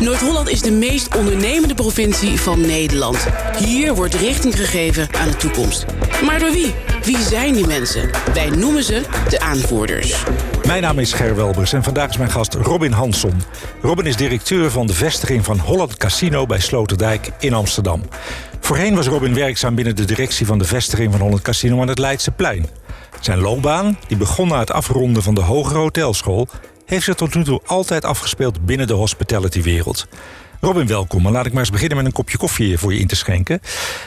Noord-Holland is de meest ondernemende provincie van Nederland. Hier wordt richting gegeven aan de toekomst. Maar door wie? Wie zijn die mensen? Wij noemen ze de aanvoerders. Mijn naam is Ger Welbers en vandaag is mijn gast Robin Hansson. Robin is directeur van de vestiging van Holland Casino bij Sloterdijk in Amsterdam. Voorheen was Robin werkzaam binnen de directie van de vestiging van Holland Casino aan het Leidseplein. Zijn loopbaan, die begon na het afronden van de hogere hotelschool, heeft zich tot nu toe altijd afgespeeld binnen de hospitality-wereld. Robin, welkom. En laat ik maar eens beginnen met een kopje koffie voor je in te schenken.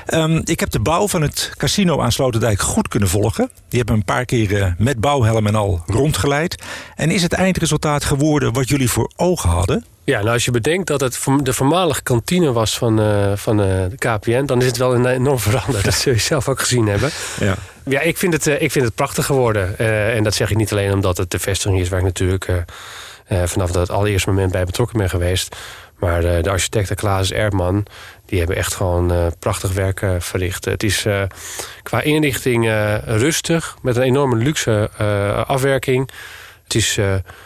Ik heb de bouw van het casino aan Sloterdijk goed kunnen volgen. Die hebben een paar keer met bouwhelm en al rondgeleid. En is het eindresultaat geworden wat jullie voor ogen hadden? Ja, nou als je bedenkt dat het de voormalige kantine was van de KPN... dan is het wel enorm veranderd. Dat zul je zelf ook gezien hebben. Ja, ik vind het prachtig geworden. En dat zeg ik niet alleen omdat het de vestiging is waar ik natuurlijk vanaf het allereerste moment bij betrokken ben geweest. Maar de architecten Klaas Erdman, die hebben echt gewoon prachtig werk verricht. Het is qua inrichting rustig, met een enorme luxe afwerking. Het is,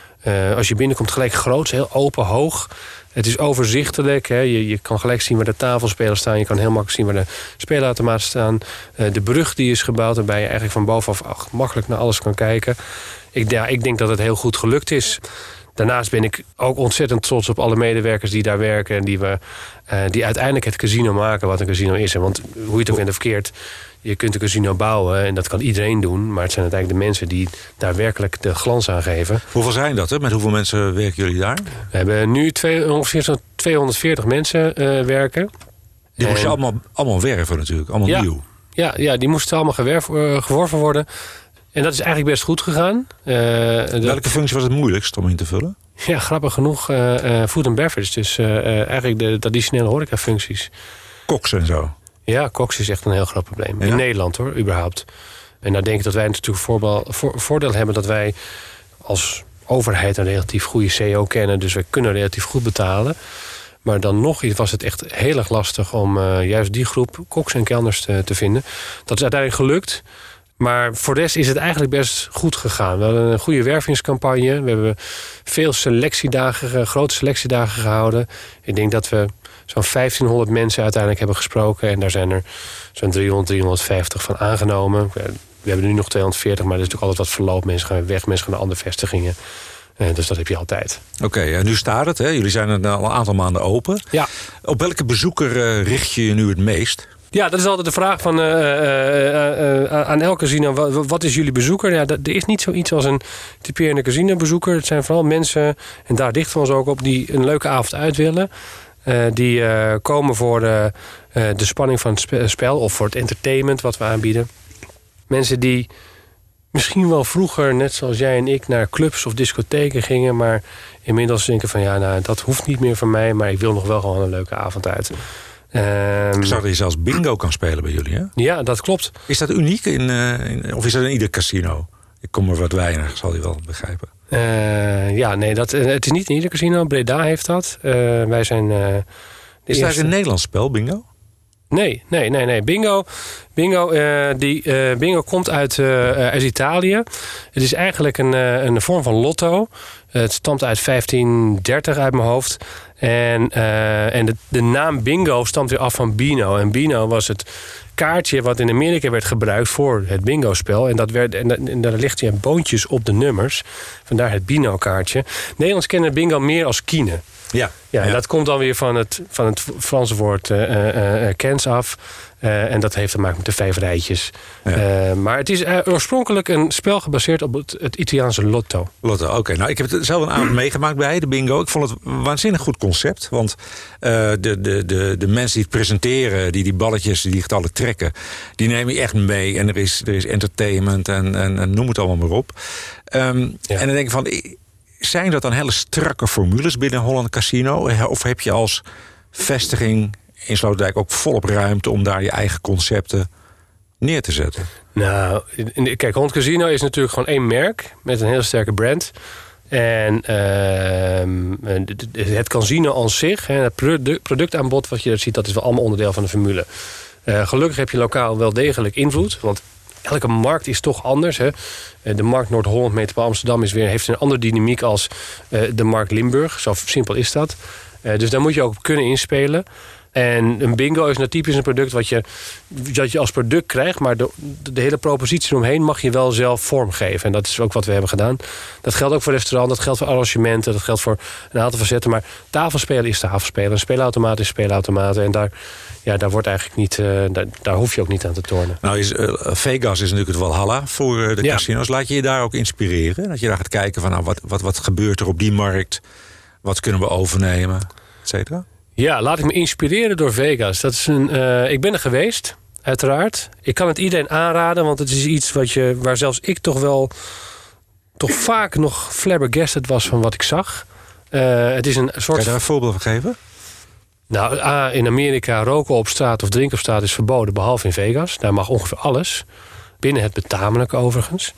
als je binnenkomt, gelijk groot, heel open, hoog. Het is overzichtelijk. Hè. Je kan gelijk zien waar de tafelspelers staan. Je kan heel makkelijk zien waar de speelautomaten staan. De brug die is gebouwd, waarbij je eigenlijk van bovenaf makkelijk naar alles kan kijken. Ik denk dat het heel goed gelukt is. Daarnaast ben ik ook ontzettend trots op alle medewerkers die daar werken en die uiteindelijk het casino maken wat een casino is. Want hoe je het ook bent of verkeerd, je kunt een casino bouwen en dat kan iedereen doen. Maar het zijn uiteindelijk de mensen die daar werkelijk de glans aan geven. Hoeveel zijn dat? Hè? Met hoeveel mensen werken jullie daar? We hebben nu ongeveer zo'n 240 mensen werken. Die moest je allemaal werven natuurlijk, allemaal nieuw. Ja, die moesten allemaal geworven worden. En dat is eigenlijk best goed gegaan. Welke functie was het moeilijkst om in te vullen? Ja, grappig genoeg food and beverage. Dus eigenlijk de traditionele horecafuncties. Koks en zo? Ja, koks is echt een heel groot probleem. Ja. In Nederland hoor, überhaupt. En nou denk ik dat wij natuurlijk voordeel hebben dat wij als overheid een relatief goede CEO kennen. Dus we kunnen relatief goed betalen. Maar dan nog was het echt heel erg lastig om juist die groep koks en kelners te vinden. Dat is uiteindelijk gelukt. Maar voor de rest is het eigenlijk best goed gegaan. We hadden een goede wervingscampagne. We hebben veel grote selectiedagen gehouden. Ik denk dat we zo'n 1500 mensen uiteindelijk hebben gesproken. En daar zijn er zo'n 350 van aangenomen. We hebben er nu nog 240, maar er is natuurlijk altijd wat verloop. Mensen gaan weg, mensen gaan naar andere vestigingen. Dus dat heb je altijd. Oké, en nu staat het. Hè? Jullie zijn er al een aantal maanden open. Ja. Op welke bezoeker richt je je nu het meest? Ja, dat is altijd de vraag van aan elk casino. Wat is jullie bezoeker? Ja, er is niet zoiets als een typerende casinobezoeker. Het zijn vooral mensen, en daar richten we ons ook op, die een leuke avond uit willen. Die komen voor de spanning van het spel of voor het entertainment wat we aanbieden. Mensen die misschien wel vroeger, net zoals jij en ik, naar clubs of discotheken gingen, maar inmiddels denken van dat hoeft niet meer van mij, maar ik wil nog wel gewoon een leuke avond uit. Ik zag dat je zelfs bingo kan spelen bij jullie, hè? Ja, dat klopt. Is dat uniek of is dat in ieder casino? Ik kom er wat weinig, zal je wel begrijpen. Het is niet in ieder casino. Breda heeft dat. Wij zijn... Is dat een Nederlands spel, bingo? Nee. Bingo komt uit Italië. Het is eigenlijk een vorm van lotto. Het stamt uit 1530 uit mijn hoofd. En de naam bingo stamt weer af van Beano. En Beano was het kaartje wat in Amerika werd gebruikt voor het bingo-spel. En daar ligt je boontjes op de nummers. Vandaar het Beano-kaartje. Nederlands kennen bingo meer als kine. Ja. En dat komt dan weer van het Franse woord kens af. En dat heeft te maken met de 5 rijtjes. Ja. Maar het is oorspronkelijk een spel gebaseerd op het Italiaanse lotto. Lotto, oké. Nou, ik heb het zelf een avond meegemaakt bij de bingo. Ik vond het een waanzinnig goed concept. Want de mensen die het presenteren, die balletjes, die getallen trekken, die nemen je echt mee. En er is entertainment en noem het allemaal maar op. En dan denk ik van, zijn dat dan hele strakke formules binnen Holland Casino? Of heb je als vestiging in Sloterdijk ook volop ruimte om daar je eigen concepten neer te zetten? Nou, kijk, Holland Casino is natuurlijk gewoon één merk met een heel sterke brand. En het casino aan zich, het productaanbod wat je ziet, dat is wel allemaal onderdeel van de formule. Gelukkig heb je lokaal wel degelijk invloed, want elke markt is toch anders. Hè. De markt Noord-Holland, Metropool Amsterdam heeft een andere dynamiek als de markt Limburg. Zo simpel is dat. Dus daar moet je ook kunnen inspelen. En een bingo is typisch een product wat je als product krijgt, maar de hele propositie omheen mag je wel zelf vormgeven. En dat is ook wat we hebben gedaan. Dat geldt ook voor restaurants, dat geldt voor arrangementen, dat geldt voor een aantal facetten. Maar tafelspelen is tafelspelen, een speelautomaat is speelautomaten. En daar wordt eigenlijk niet, daar hoef je ook niet aan te tornen. Nou, Vegas is natuurlijk het walhalla voor de casino's. Laat je daar ook inspireren? Dat je daar gaat kijken van wat gebeurt er op die markt? Wat kunnen we overnemen? Et cetera? Ja, laat ik me inspireren door Vegas. Dat is ik ben er geweest, uiteraard. Ik kan het iedereen aanraden, want het is iets waar zelfs ik toch vaak nog flabbergasted was van wat ik zag. Het is een soort... Kan je daar een voorbeeld van geven? Nou, in Amerika roken op straat of drinken op straat is verboden, behalve in Vegas. Daar mag ongeveer alles. Binnen het betamelijk overigens.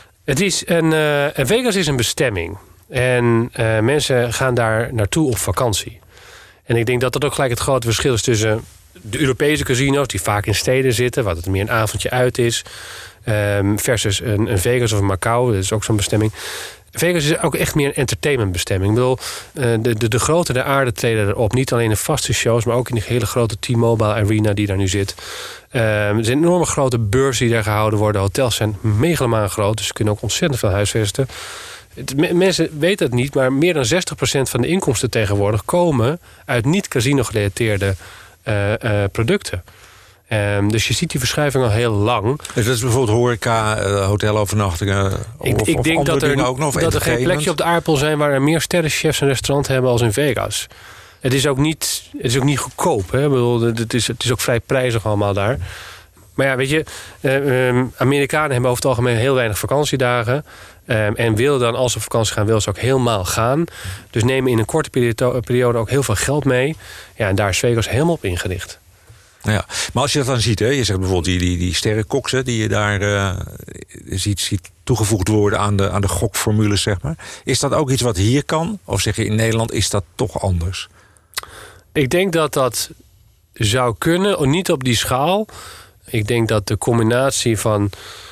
Vegas is een bestemming. En mensen gaan daar naartoe op vakantie. En ik denk dat dat ook gelijk het grote verschil is tussen de Europese casino's, die vaak in steden zitten, waar het meer een avondje uit is, versus een Vegas of een Macau, dat is ook zo'n bestemming. Vegas is ook echt meer een entertainmentbestemming. Ik bedoel, de grote der aarde treden erop. Niet alleen in vaste shows, maar ook in die hele grote T-Mobile Arena die daar nu zit. Er zijn enorme grote beurzen die daar gehouden worden. Hotels zijn megalomaan groot, dus ze kunnen ook ontzettend veel huisvesten. Mensen weten het niet, maar meer dan 60% van de inkomsten tegenwoordig komen uit niet-casino-gerelateerde producten. Dus je ziet die verschuiving al heel lang. Dus dat is bijvoorbeeld horeca, hotelovernachtingen ik denk dat er geen plekje op de aardbol zijn waar er meer sterrenchefs een restaurant hebben als in Vegas. Het is ook niet goedkoop. Hè? Ik bedoel, het is ook vrij prijzig allemaal daar. Maar ja, weet je, Amerikanen hebben over het algemeen heel weinig vakantiedagen. En willen dan, als ze op vakantie gaan, willen ze ook helemaal gaan. Dus nemen in een korte periode ook heel veel geld mee. Ja, en daar is Vegas helemaal op ingericht. Ja, maar als je dat dan ziet, hè, je zegt bijvoorbeeld die sterrenkoks die je daar ziet toegevoegd worden aan de gokformules, zeg maar. Is dat ook iets wat hier kan? Of zeg je in Nederland is dat toch anders? Ik denk dat zou kunnen, niet op die schaal. Ik denk dat de combinatie van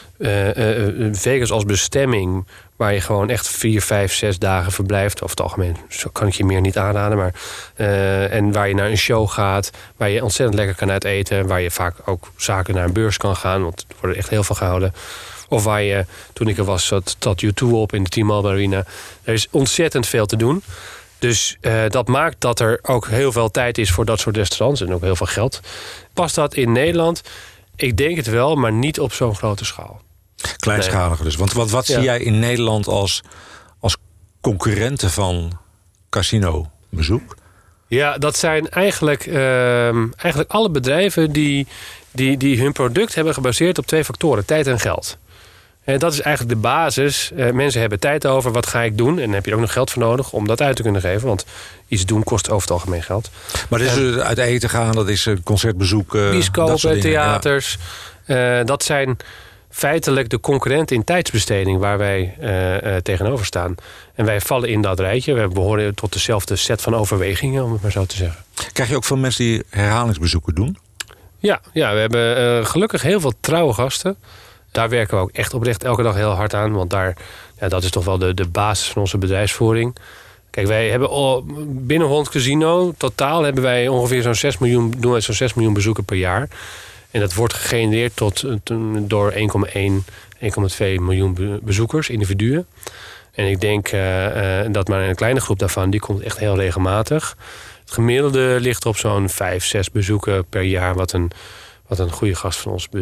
Vegas als bestemming, waar je gewoon echt 4, 5, 6 dagen verblijft. Over het algemeen zo kan ik je meer niet aanraden. Maar, en waar je naar een show gaat, waar je ontzettend lekker kan uiteten. Waar je vaak ook zaken naar een beurs kan gaan, want er wordt echt heel veel gehouden. Of waar je, toen ik er was, zat U2 op in de T-Mobile Arena. Er is ontzettend veel te doen. Dus dat maakt dat er ook heel veel tijd is voor dat soort restaurants en ook heel veel geld. Past dat in Nederland? Ik denk het wel, maar niet op zo'n grote schaal. Kleinschaliger dus. Want wat zie jij in Nederland als concurrenten van casinobezoek? Ja, dat zijn eigenlijk alle bedrijven die hun product hebben gebaseerd op 2 factoren. Tijd en geld. En dat is eigenlijk de basis. Mensen hebben tijd over, wat ga ik doen? En dan heb je er ook nog geld voor nodig om dat uit te kunnen geven. Want iets doen kost over het algemeen geld. Maar dat is uit eten gaan, dat is concertbezoeken. Bioscopen, theaters. Ja. Dat zijn feitelijk de concurrenten in tijdsbesteding waar wij tegenover staan. En wij vallen in dat rijtje. We behoren tot dezelfde set van overwegingen, om het maar zo te zeggen. Krijg je ook veel mensen die herhalingsbezoeken doen? Ja, we hebben gelukkig heel veel trouwe gasten. Daar werken we ook echt oprecht elke dag heel hard aan. Want dat is toch wel de basis van onze bedrijfsvoering. Kijk, wij hebben binnen Holland Casino totaal hebben wij ongeveer zo'n 6 miljoen bezoeken per jaar. En dat wordt gegenereerd door 1,1, 1,2 miljoen bezoekers, individuen. En ik denk dat maar een kleine groep daarvan, die komt echt heel regelmatig. Het gemiddelde ligt op zo'n 5, 6 bezoeken per jaar, wat een goede gast van ons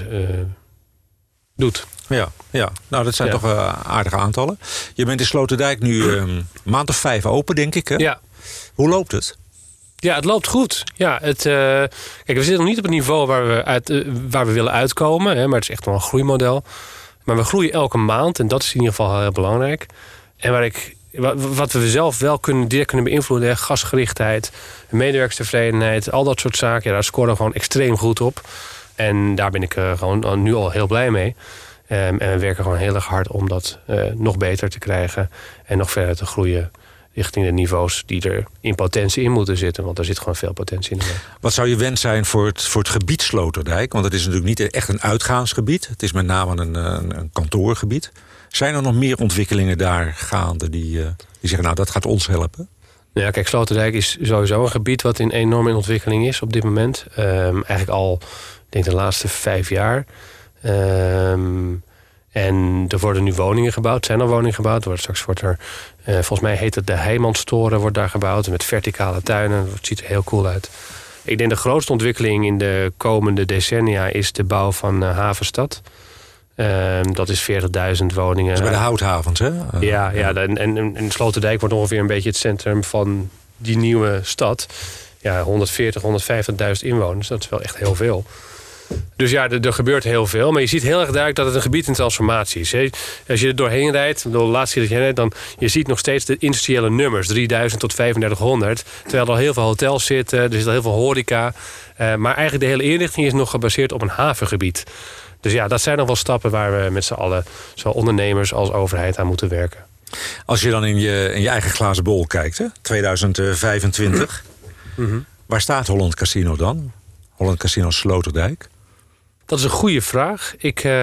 doet. Ja. Nou, dat zijn toch aardige aantallen. Je bent in Sloterdijk nu een maand of 5 open, denk ik, hè? Ja. Hoe loopt het? Ja, het loopt goed. Ja, kijk, we zitten nog niet op het niveau waar we willen uitkomen. Hè, maar het is echt wel een groeimodel. Maar we groeien elke maand en dat is in ieder geval heel belangrijk. En wat we zelf wel direct kunnen beïnvloeden, gastgerichtheid, medewerkerstevredenheid, al dat soort zaken, ja, daar scoren we gewoon extreem goed op. En daar ben ik gewoon nu al heel blij mee. En we werken gewoon heel erg hard om dat nog beter te krijgen en nog verder te groeien. richting de niveaus die er in potentie in moeten zitten. Want er zit gewoon veel potentie in. Wat zou je wens zijn voor het gebied Sloterdijk? Want het is natuurlijk niet echt een uitgaansgebied. Het is met name een kantoorgebied. Zijn er nog meer ontwikkelingen daar gaande die zeggen, nou, dat gaat ons helpen? Ja, kijk, Sloterdijk is sowieso een gebied wat enorm in ontwikkeling is op dit moment. Eigenlijk al, ik denk de laatste 5 jaar. En er worden nu woningen gebouwd, zijn al woningen gebouwd. Straks wordt er, volgens mij heet het de Heimanstoren, wordt daar gebouwd. Met verticale tuinen, het ziet er heel cool uit. Ik denk de grootste ontwikkeling in de komende decennia is de bouw van Havenstad. Dat is 40.000 woningen. Dat is bij de houthavens, hè? Ja, en Sloterdijk wordt ongeveer een beetje het centrum van die nieuwe stad. Ja, 140.000, 150.000 inwoners, dat is wel echt heel veel. Dus ja, er gebeurt heel veel. Maar je ziet heel erg duidelijk dat het een gebied in transformatie is. Als je er doorheen rijdt, de laatste keer dat je heen rijdt, dan je ziet nog steeds de industriële nummers. 3000 tot 3500. Terwijl er al heel veel hotels zitten, er zit al heel veel horeca. Maar eigenlijk de hele inrichting is nog gebaseerd op een havengebied. Dus ja, dat zijn nog wel stappen waar we met z'n allen, zowel ondernemers als overheid, aan moeten werken. Als je dan in je eigen glazen bol kijkt, hè? 2025. Waar staat Holland Casino dan? Holland Casino Sloterdijk? Dat is een goede vraag.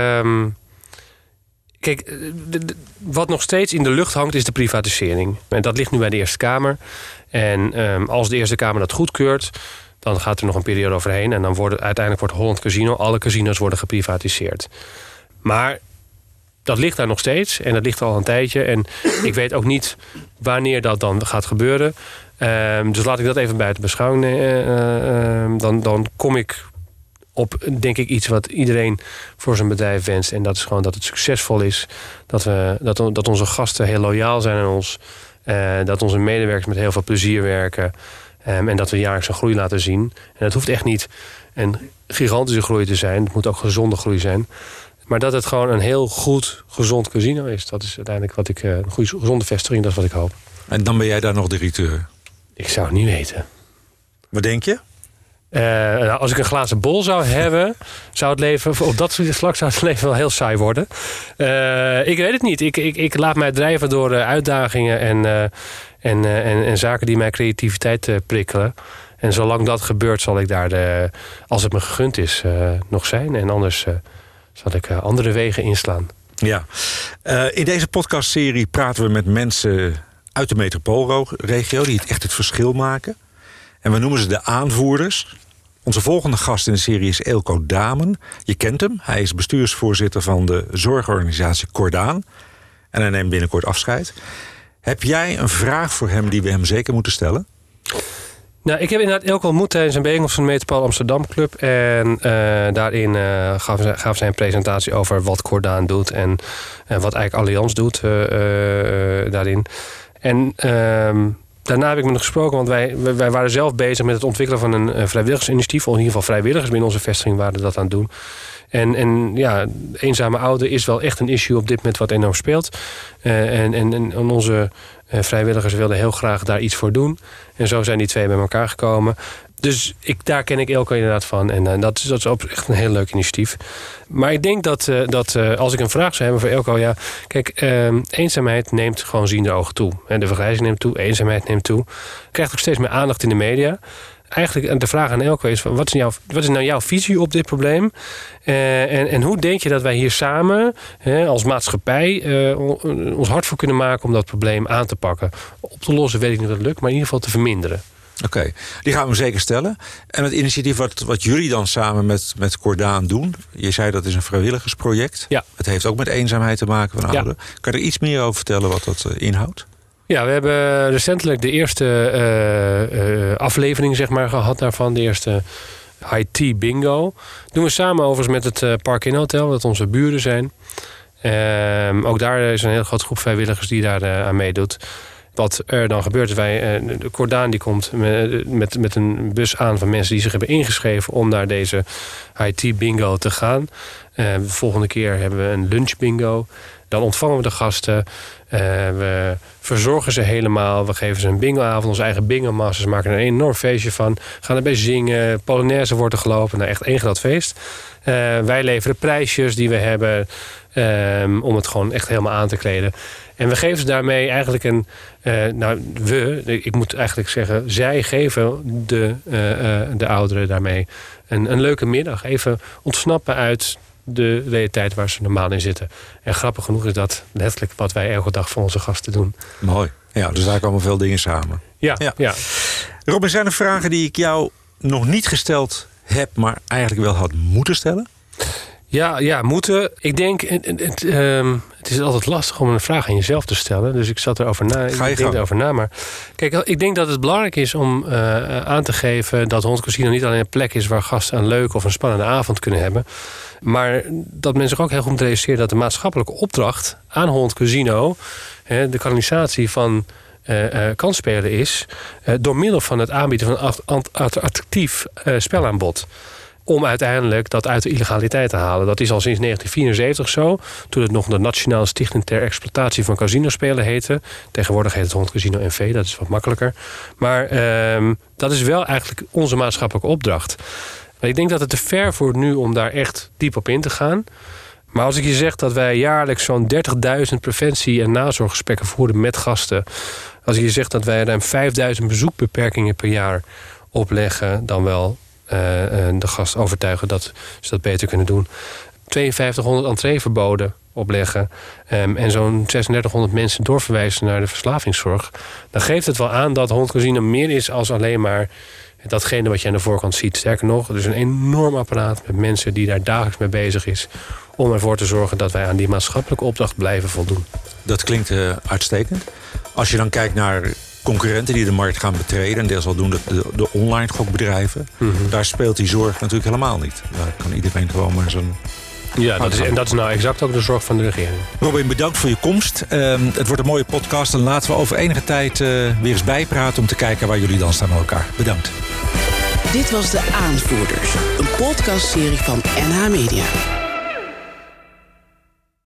Kijk, wat nog steeds in de lucht hangt is de privatisering. En dat ligt nu bij de Eerste Kamer. En als de Eerste Kamer dat goedkeurt, dan gaat er nog een periode overheen. En dan uiteindelijk wordt Holland Casino, alle casino's worden geprivatiseerd. Maar dat ligt daar nog steeds. En dat ligt al een tijdje. En ik weet ook niet wanneer dat dan gaat gebeuren. Dus laat ik dat even buiten beschouwing nemen. Dan kom ik op, denk ik, iets wat iedereen voor zijn bedrijf wenst. En dat is gewoon dat het succesvol is. Dat onze gasten heel loyaal zijn aan ons. Dat onze medewerkers met heel veel plezier werken. En dat we jaarlijks een groei laten zien. En dat hoeft echt niet een gigantische groei te zijn. Het moet ook gezonde groei zijn. Maar dat het gewoon een heel goed, gezond casino is. Dat is uiteindelijk wat ik... een goede, gezonde vestiging, dat is wat ik hoop. En dan ben jij daar nog directeur? Ik zou het niet weten. Wat denk je? Als ik een glazen bol zou hebben, zou het leven op dat vlak zou het leven wel heel saai worden. Ik weet het niet. Ik laat mij drijven door uitdagingen en zaken die mijn creativiteit prikkelen. En zolang dat gebeurt, zal ik daar, als het me gegund is, nog zijn. En anders zal ik andere wegen inslaan. Ja. In deze podcastserie praten we met mensen uit de metropoolregio die het verschil maken. En we noemen ze de aanvoerders. Onze volgende gast in de serie is Eelco Damen. Je kent hem. Hij is bestuursvoorzitter van de zorgorganisatie Cordaan. En hij neemt binnenkort afscheid. Heb jij een vraag voor hem die we hem zeker moeten stellen? Nou, ik heb inderdaad Eelco ontmoet tijdens een bijeenkomst van de Metropool Amsterdam Club. En daarin gaf zij een presentatie over wat Cordaan doet en wat eigenlijk Allianz doet daarin. En daarna heb ik met hem gesproken, want wij waren zelf bezig met het ontwikkelen van een vrijwilligersinitiatief. Of in ieder geval vrijwilligers binnen onze vestiging waren dat aan het doen. En ja, eenzame ouderen is wel echt een issue op dit moment wat enorm speelt. En onze vrijwilligers wilden heel graag daar iets voor doen. En zo zijn die twee bij elkaar gekomen. Dus daar ken ik Eelco inderdaad van. En dat is echt een heel leuk initiatief. Maar ik denk dat als ik een vraag zou hebben voor Eelco... Ja, kijk, eenzaamheid neemt gewoon ziende ogen toe. De vergrijzing neemt toe, eenzaamheid neemt toe. Krijgt ook steeds meer aandacht in de media. Eigenlijk de vraag aan Eelco is: wat is nou jouw visie op dit probleem? En hoe denk je dat wij hier samen als maatschappij ons hard voor kunnen maken om dat probleem aan te pakken? Op te lossen weet ik niet of dat lukt, maar in ieder geval te verminderen. Oké, die gaan we zeker stellen. En het initiatief wat jullie dan samen met Cordaan doen, je zei dat is een vrijwilligersproject. Ja. Het heeft ook met eenzaamheid te maken van ouderen. Ja. Kan je er iets meer over vertellen wat dat inhoudt? Ja, we hebben recentelijk de eerste aflevering gehad daarvan. De eerste IT bingo. Doen we samen overigens met het Park Inn Hotel, dat onze buren zijn. Ook daar is een heel grote groep vrijwilligers die daar aan meedoet. Wat er dan gebeurt, de Cordaan die komt met een bus aan van mensen die zich hebben ingeschreven om naar deze IT bingo te gaan. De volgende keer hebben we een lunch bingo. Dan ontvangen we de gasten. We verzorgen ze helemaal. We geven ze een bingoavond, onze eigen bingo-masters maken er een enorm feestje van. Gaan erbij zingen. Polonaise wordt er gelopen. Nou, echt één groot feest. Wij leveren prijsjes die we hebben om het gewoon echt helemaal aan te kleden. En we geven ze daarmee eigenlijk ik moet eigenlijk zeggen, zij geven de ouderen daarmee een leuke middag. Even ontsnappen uit de realiteit waar ze normaal in zitten. En grappig genoeg is dat letterlijk wat wij elke dag voor onze gasten doen. Mooi. Ja, dus daar komen veel dingen samen. Ja. Robin, zijn er vragen die ik jou nog niet gesteld heb, maar eigenlijk wel had moeten stellen? Ja, moeten. Ik denk, het is altijd lastig om een vraag aan jezelf te stellen. Dus ik zat erover na. Ik denk erover na. Maar kijk, ik denk dat het belangrijk is om aan te geven dat Holland Casino niet alleen een plek is waar gasten een leuke of een spannende avond kunnen hebben. Maar dat men zich ook heel goed moet realiseren dat de maatschappelijke opdracht aan Holland Casino, de kanalisatie van kansspelen is, door middel van het aanbieden van een attractief spelaanbod. Om uiteindelijk dat uit de illegaliteit te halen. Dat is al sinds 1974 zo. Toen het nog de Nationale Stichting ter Exploitatie van Casinospelen heette. Tegenwoordig heet het Holland Casino NV. Dat is wat makkelijker. Maar dat is wel eigenlijk onze maatschappelijke opdracht. Maar ik denk dat het te ver voert nu om daar echt diep op in te gaan. Maar als ik je zeg dat wij jaarlijks zo'n 30.000 preventie- en nazorggesprekken voeren met gasten. Als ik je zeg dat wij ruim 5.000 bezoekbeperkingen per jaar opleggen, dan wel de gast overtuigen dat ze dat beter kunnen doen. 5200 entreeverboden opleggen. En zo'n 3600 mensen doorverwijzen naar de verslavingszorg. Dan geeft het wel aan dat Holland Casino meer is als alleen maar datgene wat je aan de voorkant ziet. Sterker nog, er is een enorm apparaat met mensen die daar dagelijks mee bezig is om ervoor te zorgen dat wij aan die maatschappelijke opdracht blijven voldoen. Dat klinkt uitstekend. Als je dan kijkt naar concurrenten die de markt gaan betreden, en deels al doen de online gokbedrijven, daar speelt die zorg natuurlijk helemaal niet. Daar kan iedereen gewoon maar zo'n... Ja, dat is nou exact ook de zorg van de regering. Robin, bedankt voor je komst. Het wordt een mooie podcast en laten we over enige tijd weer eens bijpraten om te kijken waar jullie dan staan met elkaar. Bedankt. Dit was De Aanvoerders, een podcastserie van NH Media.